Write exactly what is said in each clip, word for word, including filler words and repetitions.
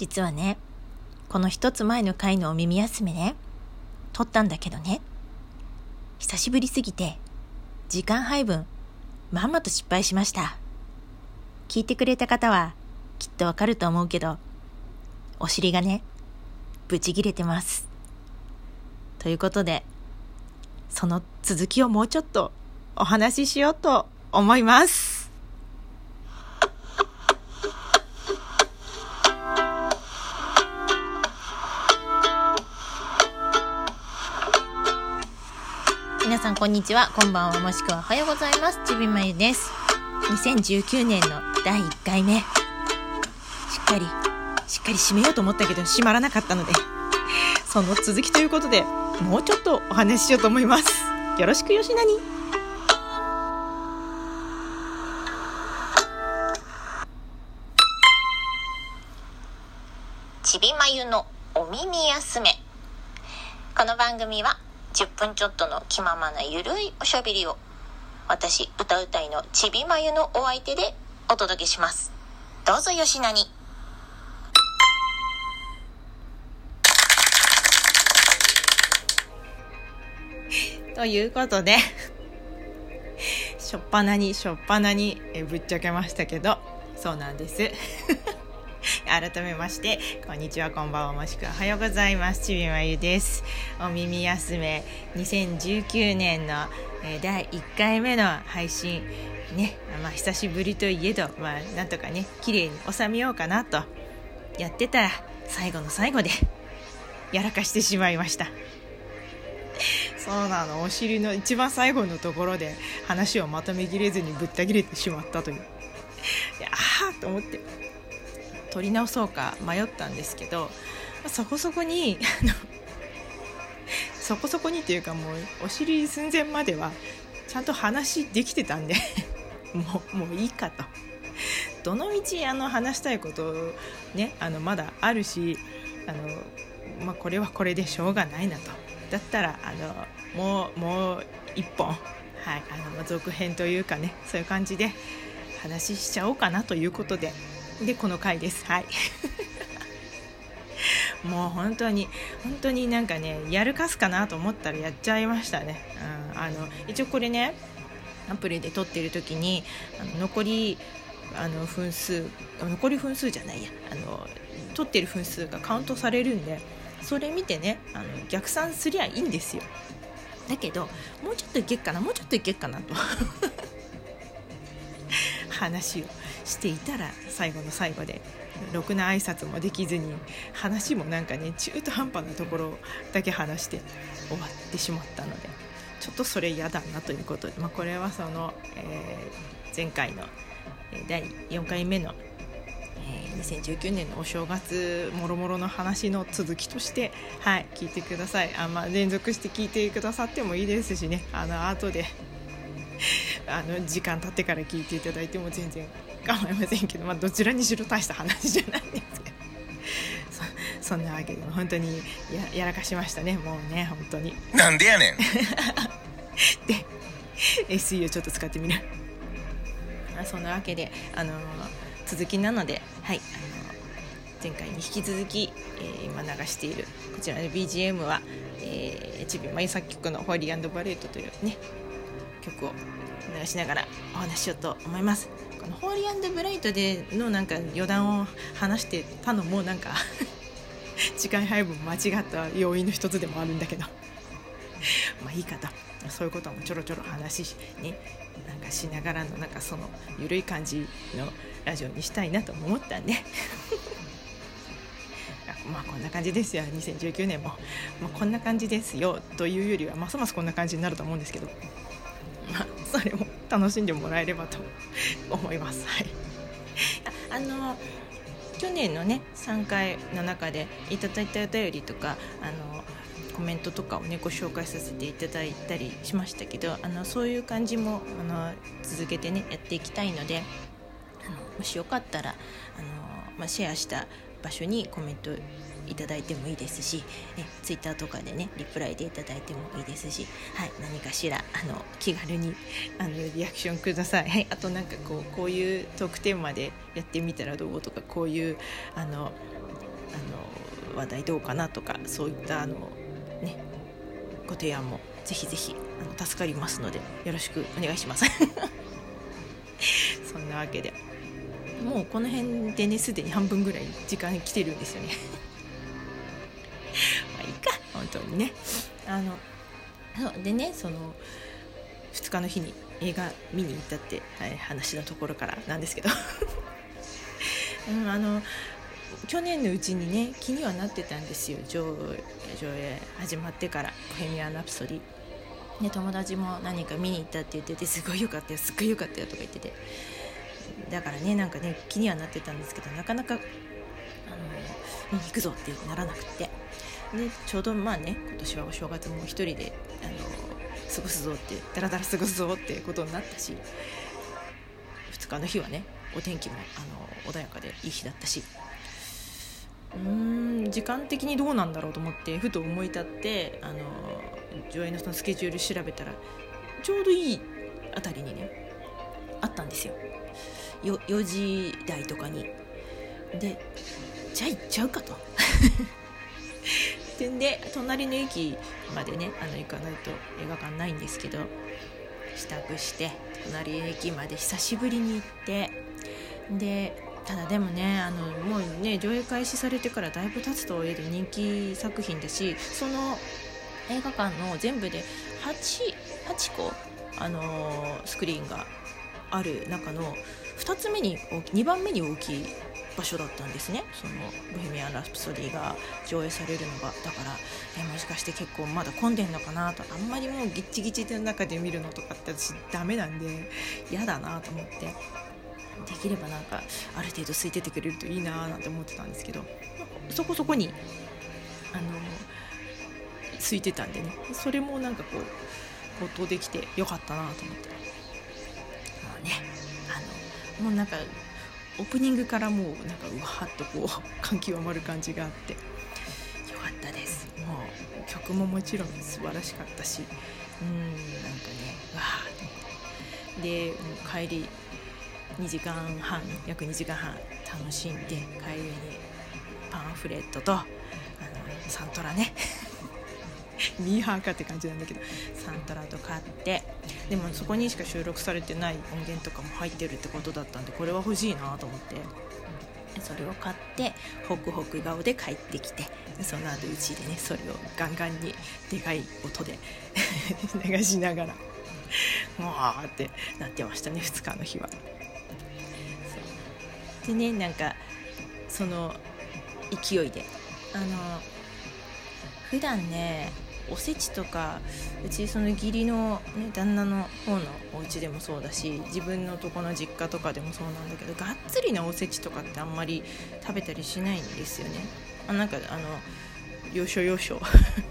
実はね、この一つ前の回のお耳休めね、撮ったんだけどね、久しぶりすぎて時間配分まんまと失敗しました。聞いてくれた方はきっとわかると思うけど、お尻がねブチ切れてます。ということで、その続きをもうちょっとお話ししようと思います。皆さんこんにちは、こんばんは、もしくはおはようございます。ちびまゆです。にせんじゅうきゅうねんのだいいっかいめ、しっかりしっかり締めようと思ったけど締まらなかったので、その続きということでもうちょっとお話ししようと思います。よろしくよしなに。ちびまゆのお耳休め。この番組はじゅっぷんちょっとの気ままなゆるいおしゃべりを、私歌うたいのちびまゆのお相手でお届けします。どうぞよしなに。ということでしょっぱなにしょっぱなにえぶっちゃけましたけど、そうなんです改めましてこんにちは、こんばんは、もしくはおはようございます。ちびまゆです。お耳休めにせんじゅうきゅうねんの、えー、だいいっかいめの配信ね、まあ久しぶりといえど、まあなんとかね綺麗に収めようかなとやってたら、最後の最後でやらかしてしまいました。そうなの、お尻の一番最後のところで話をまとめきれずにぶった切れてしまったという。いやあーと思って撮り直そうか迷ったんですけど、そこそこにあのそこそこにっていうか、もうお尻寸前まではちゃんと話できてたんでもう、もういいかと。どのみちあの話したいことね、あのまだあるし、あの、まあ、これはこれでしょうがないなと。だったらあのもうもう一本、はい、あの続編というかね、そういう感じで話しちゃおうかなということで、でこの回です。はいもう本当に本当になんかね、やるかすかなと思ったらやっちゃいましたね。うん、あの一応これね、アプリで撮ってる時にあの残りあの分数残り分数じゃないやあの撮ってる分数がカウントされるんで、それ見てね、あの逆算すりゃいいんですよ。だけどもうちょっといけっかなもうちょっといけっかなと話をしていたら、最後の最後でろくな挨拶もできずに、話もなんかね中途半端なところだけ話して終わってしまったので、ちょっとそれ嫌だなということで、まあ、これはその、えー、前回のだいよんかいめのえー、にせんじゅうきゅうねんのお正月もろもろの話の続きとして、はい、聞いてください。あ、まあ、連続して聞いてくださってもいいですしね、あの後であの時間経ってから聞いていただいても全然構いませんけど、まあ、どちらにしろ大した話じゃないんですけどそ, そんなわけで本当に や, やらかしましたね。もうね、本当になんでやねんで エスイー をちょっと使ってみるそんなわけで、あのー続きなので、はい、あの前回に引き続き、えー、今流しているこちらの ビージーエム は、えー、ちびまゆ作曲のホーリー&バレットというね曲を流しながらお話ししようと思います。このホーリー&バレットでのなんか余談を話してたのもなんか時間配分間違った要因の一つでもあるんだけどまあいいかと、そういうこともちょろちょろ話しね、なんかしながらのなんかそのゆるい感じのラジオにしたいなと思ったんでまあこんな感じですよ。にせんじゅうきゅうねんも、まあ、こんな感じですよというよりはますますこんな感じになると思うんですけど、まあそれも楽しんでもらえればと思います。はい、あ、あの去年のねさんかいの中でいただいたお便りとか、あのコメントとかをねご紹介させていただいたりしましたけど、あのそういう感じもあの続けてねやっていきたいので、あのもしよかったらあの、まあ、シェアした場所にコメントいただいてもいいですし、ね、ツイッターとかでねリプライでいただいてもいいですし、はい、何かしらあの気軽にあのリアクションください。はい、あとなんかこうこういうトークテーマでやってみたらどうとか、こういうあのあの話題どうかなとか、そういったあの、ね、ご提案もぜひぜひあの助かりますのでよろしくお願いしますそんなわけでもうこの辺でねすでに半分ぐらい時間来てるんですよねまあいいか本当にね。あのそうでね、そのふつかの日に映画見に行ったって、はい、話のところからなんですけど、うん、あの去年のうちにね気にはなってたんですよ。上上映始まってからボヘミアン・ラプソディで友達も何か見に行ったって言ってて、すごいよかったよすっごいよかったよとか言ってて、だからねなんかね気にはなってたんですけど、なかなかあの見に行くぞってならなくて、でちょうどまあね今年はお正月も一人であの過ごすぞってだらだら過ごすぞってことになったし、ふつかの日はねお天気もあの穏やかでいい日だったし、うーん時間的にどうなんだろうと思ってふと思い立って、あの上映のそのスケジュール調べたらちょうどいいあたりにねあったんですよ。よよじ台とかに。でじゃあ行っちゃうかとで, で隣の駅までねあの行かないと映画館ないんですけど、支度して隣の駅まで久しぶりに行って、でただでもねあのもうね上映開始されてからだいぶ経つとはいえ人気作品だし、その映画館の全部で 8, 8個、あのー、スクリーンがある中のふたつめににばんめに大きい場所だったんですね。そのボヘミアン・ラプソディが上映されるのが、だからえもしかして結構まだ混んでんのかなと、あんまりもうギッチギチの中で見るのとかって私ダメなんで嫌だなと思って、できればなんかある程度空いててくれるといいななんて思ってたんですけど、そこそこにあの空いてたんでね、それもなんかこう没頭できてよかったなと思って、もうねあのもうなんかオープニングからもうなんかうわーっとこう感極まる感じがあってよかったです。もう曲ももちろん素晴らしかったし、うんなんかねわーってでもう帰りにじかんはん約にじかんはん楽しんで、帰りにパンフレットとあのサントラねミーハーかって感じなんだけどサントラと買って、でもそこにしか収録されてない音源とかも入ってるってことだったんで、これは欲しいなと思ってそれを買ってホクホク顔で帰ってきて、その後うちでねそれをガンガンにでかい音で流しながらもうってなってましたね、ふつかの日は。でねなんかその勢いであの普段ねおせちとかうちその義理の、ね、旦那の方のお家でもそうだし、自分のとこの実家とかでもそうなんだけど、がっつりなおせちとかってあんまり食べたりしないんですよね。あなんかあの要所要所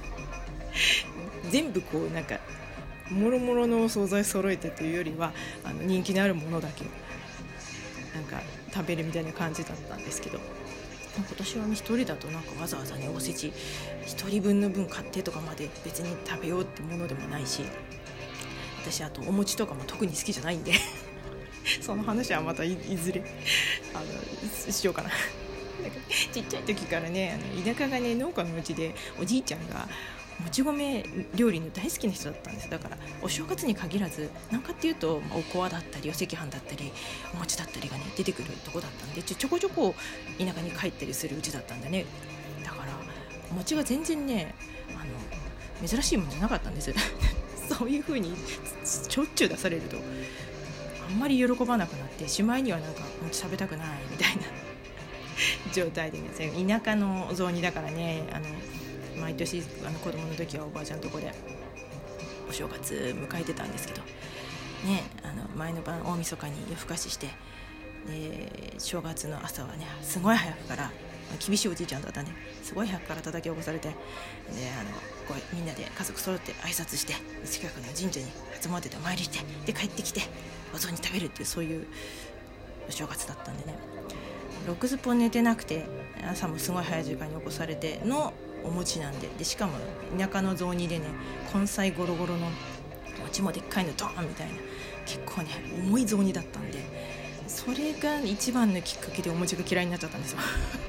全部こうなんかもろもろのお惣菜揃えてというよりはあの人気のあるものだけなんか食べるみたいな感じだったんですけど、今年はね一人だとなんかわざわざねおせち一人分の分買ってとかまで別に食べようってものでもないし、私あとお餅とかも特に好きじゃないんでその話はまた い, いずれあのしようかななんかちっちゃい時からねあの田舎がね農家のうちでおじいちゃんがもち米料理の大好きな人だったんです。だからお正月に限らずなんかっていうと、まあ、おこわだったりお赤飯だったりお餅だったりがね出てくるとこだったんで、ちょちょこちょこ田舎に帰ったりするうちだったんだね。だからお餅が全然ねあの珍しいもんじゃなかったんですそういう風にしょっちゅう出されるとあんまり喜ばなくなって、しまいにはなんかお餅食べたくないみたいな状態でね、田舎のお雑煮だからねあの毎年あの子供の時はおばあちゃんのとこでお正月迎えてたんですけどね、あの前の晩大晦日に夜更かしして、で正月の朝はねすごい早くから、厳しいおじいちゃんだったね、すごい早くから叩き起こされて、であのこうみんなで家族揃って挨拶して近くの神社に集まっててお参りして、で帰ってきてお雑煮食べるっていう、そういうお正月だったんでね、ろくずっぽん寝てなくて朝もすごい早い時間に起こされてのお餅なんで、でしかも田舎の雑煮でね根菜ゴロゴロの餅もでっかいのドーンみたいな結構ね重い雑煮だったんで、それが一番のきっかけでお餅が嫌いになっちゃったんですよ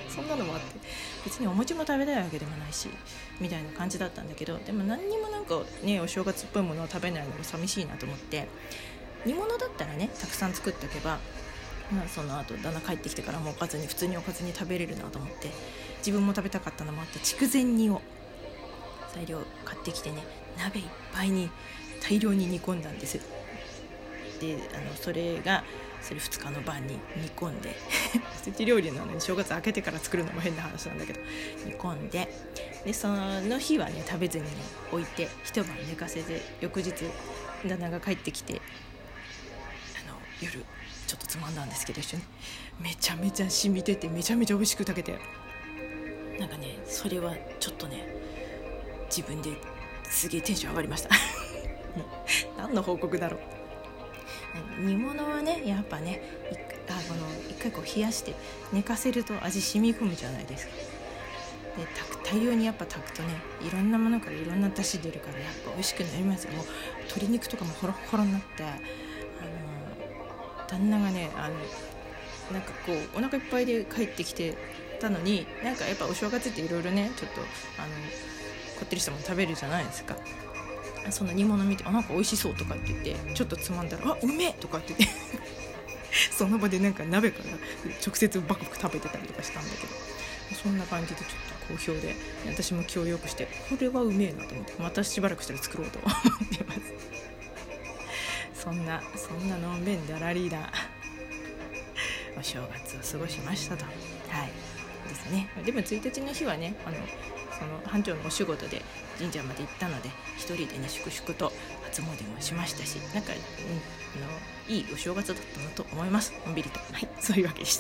そんなのもあって、別にお餅も食べたいわけでもないしみたいな感じだったんだけど、でも何にもなんかねお正月っぽいものを食べないのも寂しいなと思って、煮物だったらねたくさん作っておけば、まあ、その後旦那帰ってきてからもおかずに普通におかずに食べれるなと思って、自分も食べたかったのもあって筑前煮を材料買ってきてね、鍋いっぱいに大量に煮込んだんです。であのそれがそれふつかの晩に煮込んでおせち料理なのに正月明けてから作るのも変な話なんだけど、煮込んで、でその日はね食べずにね置いて一晩寝かせて、翌日旦那が帰ってきてあの夜ちょっとつまんだんですけど一緒にめちゃめちゃ染みてて、めちゃめちゃ美味しく炊けて、なんかねそれはちょっとね自分ですげえテンション上がりました何の報告だろう。煮物はねやっぱねあこの一回こう冷やして寝かせると味染み込むじゃないですか。で大量にやっぱ炊くとねいろんなものからいろんな出汁出るからやっぱ美味しくなりますよ。もう鶏肉とかもホロホロになって、あの旦那がねあのなんかこうお腹いっぱいで帰ってきてたのに、なんかやっぱお正月っていろいろねちょっとあのこってりしたもの食べるじゃないですか。その煮物見てあなんか美味しそうとかって言ってちょっとつまんだらあうめえとかって言ってその場でなんか鍋から直接バクバク食べてたりとかしたんだけど、そんな感じでちょっと好評で、私も気をよくしてこれはうめえなと思って、またしばらくしたら作ろうと思ってますそんなそんなのんべんだらりだお正月を過ごしましたと。はいですね。でもついたちの日はねあのその班長のお仕事で神社まで行ったので一人でね粛々と初詣もしましたし、なんか、うん、あのいいお正月だったなと思います。のんびりと、はい、そういうわけでした。